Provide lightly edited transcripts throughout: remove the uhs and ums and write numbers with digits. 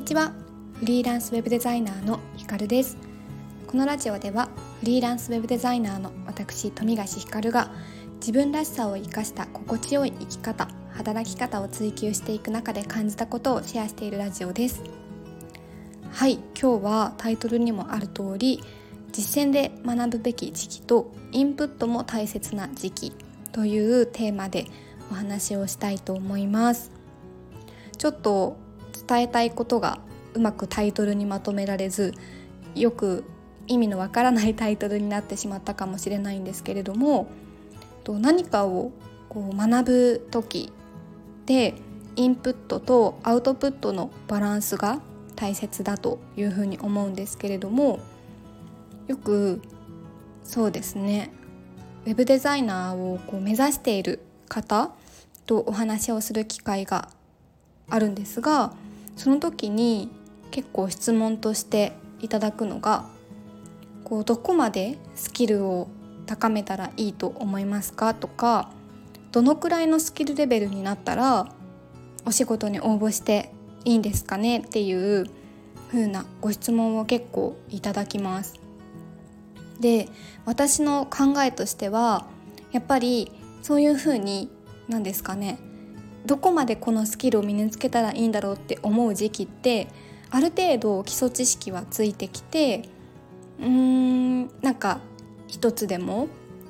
ちは。フリーランスウェブデザイナーのひかるです。このラジオではフリーランスウェブデザイナーの私富樫ひかるが自分らしさを生かした心地よい生き方、働き方を追求していく中で感じたことをシェアしているラジオです。はい、今日はタイトルにもある通り、実践で学ぶべき時期とインプットも大切な時期というテーマでお話をしたいと思います。ちょっと伝えたいことがうまくタイトルにまとめられず、よく意味のわからないタイトルになってしまったかもしれないんですけれども、何かを学ぶ時でインプットとアウトプットのバランスが大切だというふうに思うんですけれども、よくそうですね、ウェブデザイナーを目指している方とお話をする機会があるんですが、その時に結構質問としていただくのが、どこまでスキルを高めたらいいと思いますかとか、どのくらいのスキルレベルになったらお仕事に応募していいんですかねっていう風なご質問を結構いただきます。で、私の考えとしてはやっぱりそういう風に何ですかね、どこまでこのスキルを身につけたらいいんだろうって思う時期ってある程度基礎知識はついてきて、なんか一つでも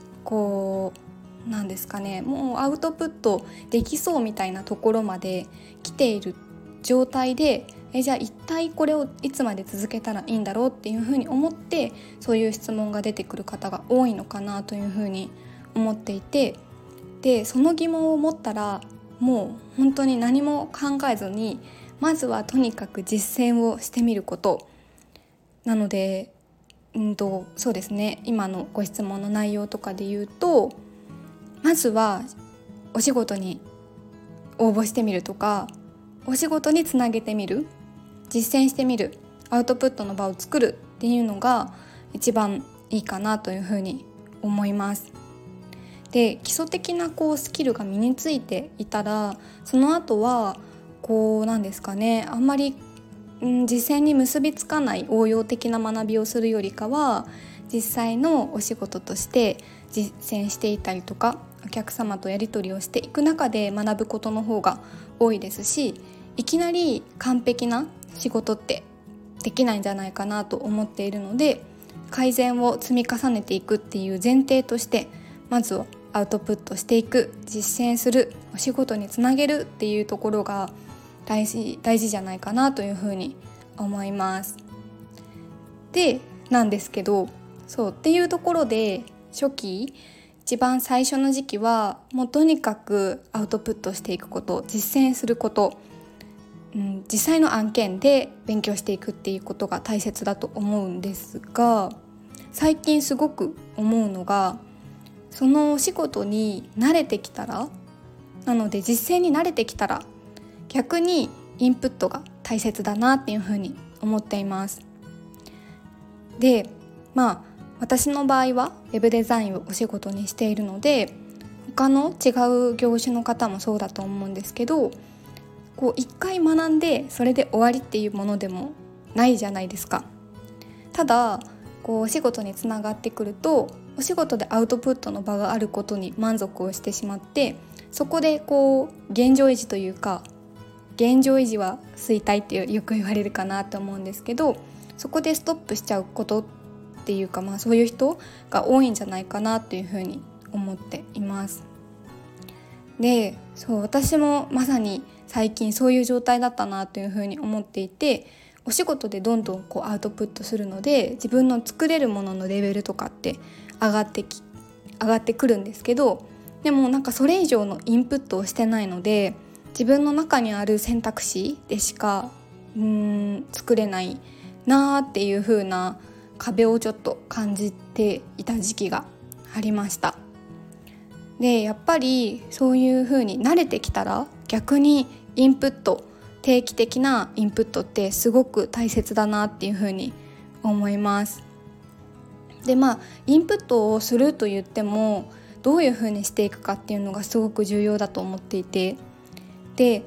なんですかね、もうアウトプットできそうみたいなところまで来ている状態で、じゃあ一体これをいつまで続けたらいいんだろうっていうふうに思って、そういう質問が出てくる方が多いのかなというふうに思っていて、でその疑問を持ったらもう本当に何も考えずに、まずはとにかく実践をしてみることなので、そうですね、今のご質問の内容とかで言うと、まずはお仕事に応募してみるとか、お仕事につなげてみる、実践してみる、アウトプットの場を作るっていうのが一番いいかなというふうに思います。で、基礎的なスキルが身についていたら、その後は何ですかね、あんまり実践に結びつかない応用的な学びをするよりかは、実際のお仕事として実践していたりとか、お客様とやり取りをしていく中で学ぶことの方が多いですし、いきなり完璧な仕事ってできないんじゃないかなと思っているので、改善を積み重ねていくっていう前提として、まずはアウトプットしていく、実践する、お仕事につなげるっていうところが大事じゃないかなというふうに思います。で、なんですけど、そうっていうところで、初期一番最初の時期はもうとにかくアウトプットしていくこと、実践すること、実際の案件で勉強していくっていうことが大切だと思うんですが、最近すごく思うのが、そのお仕事に慣れてきたら、なので実践に慣れてきたら逆にインプットが大切だなっていうふうに思っています。で、私の場合はウェブデザインをお仕事にしているので、他の違う業種の方もそうだと思うんですけど、一回学んでそれで終わりっていうものでもないじゃないですか。ただお仕事につながってくると、お仕事でアウトプットの場があることに満足をしてしまって、そこで現状維持というか、現状維持は衰退ってよく言われるかなと思うんですけど、そこでストップしちゃうことっていうか、そういう人が多いんじゃないかなっていうふうに思っています。で、私もまさに最近そういう状態だったなというふうに思っていて、お仕事でどんどんアウトプットするので、自分の作れるもののレベルとかって上がってくるんですけど、でもそれ以上のインプットをしてないので、自分の中にある選択肢でしか作れないなっていう風な壁をちょっと感じていた時期がありました。で、やっぱりそういう風に慣れてきたら、逆にインプット、定期的なインプットってすごく大切だなっていう風に思います。で、インプットをすると言っても、どういう風にしていくかっていうのがすごく重要だと思っていて、で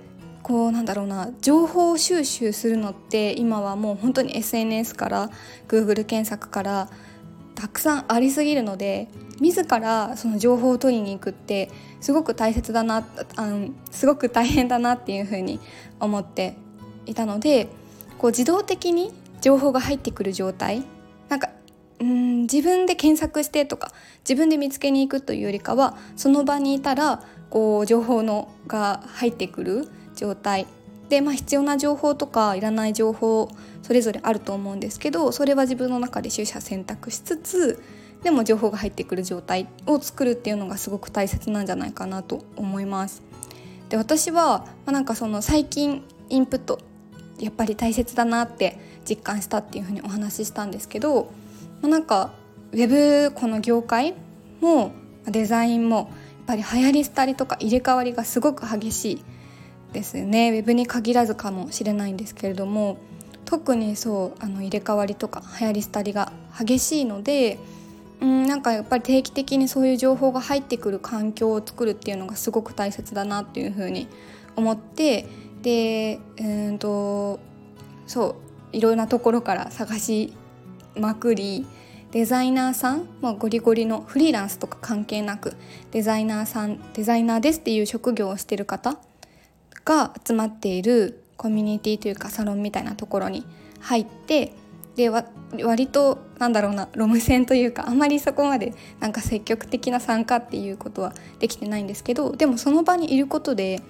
情報収集するのって今はもう本当に SNS から Google 検索からたくさんありすぎるので、自らその情報を取りに行くってすごく大切だな、すごく大変だなっていうふうに思っていたので、自動的に情報が入ってくる状態、自分で検索してとか自分で見つけに行くというよりかは、その場にいたら情報が入ってくる状態で、必要な情報とかいらない情報それぞれあると思うんですけど、それは自分の中で取捨選択しつつ、でも情報が入ってくる状態を作るっていうのがすごく大切なんじゃないかなと思います。で、私は、最近インプットやっぱり大切だなって実感したっていうふうにお話ししたんですけど、ウェブこの業界もデザインもやっぱり流行り廃りとか入れ替わりがすごく激しいですよね。ウェブに限らずかもしれないんですけれども、特に入れ替わりとか流行り廃りが激しいので、やっぱり定期的にそういう情報が入ってくる環境を作るっていうのがすごく大切だなっていうふうに思って、でいろんなところから探しまくり、デザイナーさん、ゴリゴリのフリーランスとか関係なくデザイナーですっていう職業をしている方が集まっているコミュニティというかサロンみたいなところに入って、で割とロム線というか、あんまりそこまで積極的な参加っていうことはできてないんですけど、でもその場にいることで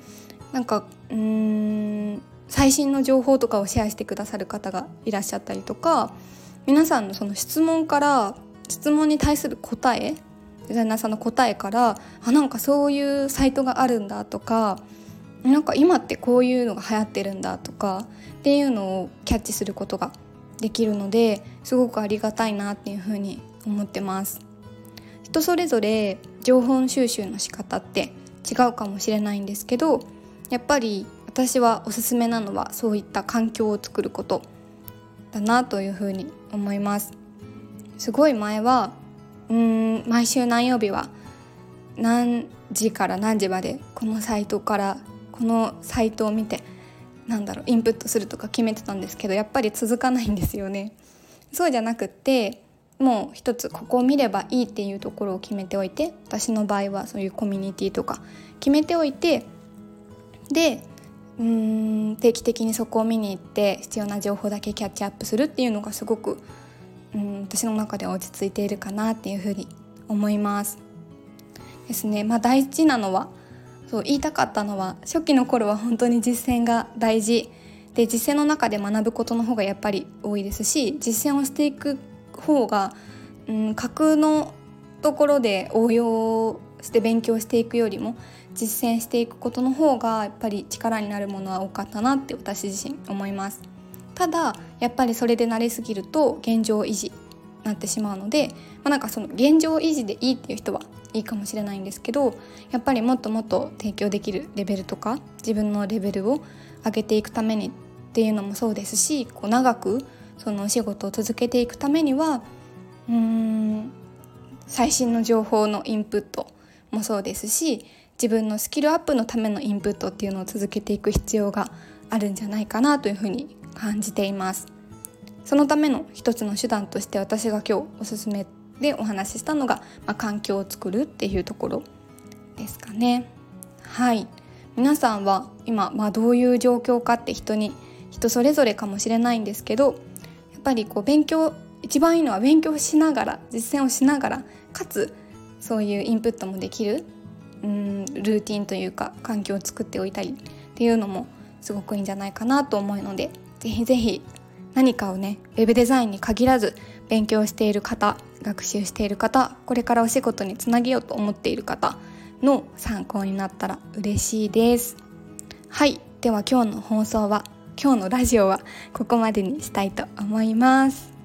最新の情報とかをシェアしてくださる方がいらっしゃったりとか、皆さんのその質問に対する答え、デザイナーさんの答えから、そういうサイトがあるんだとか、今ってこういうのが流行ってるんだとかっていうのをキャッチすることができるので、すごくありがたいなっていうふうに思ってます。人それぞれ情報収集の仕方って違うかもしれないんですけど、やっぱり私はおすすめなのはそういった環境を作ることだなというふうに思います。すごい前は毎週何曜日は何時から何時までこのサイトを見てインプットするとか決めてたんですけど、やっぱり続かないんですよね。そうじゃなくって、もう一つここを見ればいいっていうところを決めておいて、私の場合はそういうコミュニティとか決めておいて、で定期的にそこを見に行って必要な情報だけキャッチアップするっていうのがすごく私の中では落ち着いているかなっていうふうに思いますですね。大事なのは、言いたかったのは、初期の頃は本当に実践が大事で、実践の中で学ぶことの方がやっぱり多いですし、実践をしていく方が架空のところで応用して勉強していくよりも実践していくことの方がやっぱり力になるものは多かったなって私自身思います。ただやっぱりそれで慣れすぎると現状維持になってしまうので、その現状維持でいいっていう人はいいかもしれないんですけど、やっぱりもっともっと提供できるレベルとか自分のレベルを上げていくためにっていうのもそうですし、長くそのお仕事を続けていくためには最新の情報のインプットもそうですし、自分のスキルアップのためのインプットっていうのを続けていく必要があるんじゃないかなというふうに感じています。そのための一つの手段として私が今日おすすめでお話ししたのが、環境を作るっていうところですかね。はい、皆さんは今、どういう状況かって人それぞれかもしれないんですけど、やっぱり一番いいのは勉強しながら実践をしながら、かつそういうインプットもできるルーティンというか環境を作っておいたりっていうのもすごくいいんじゃないかなと思うので、ぜひぜひ何かをね、ウェブデザインに限らず勉強している方、学習している方、これからお仕事につなげようと思っている方の参考になったら嬉しいです。はい、では今日のラジオはここまでにしたいと思います。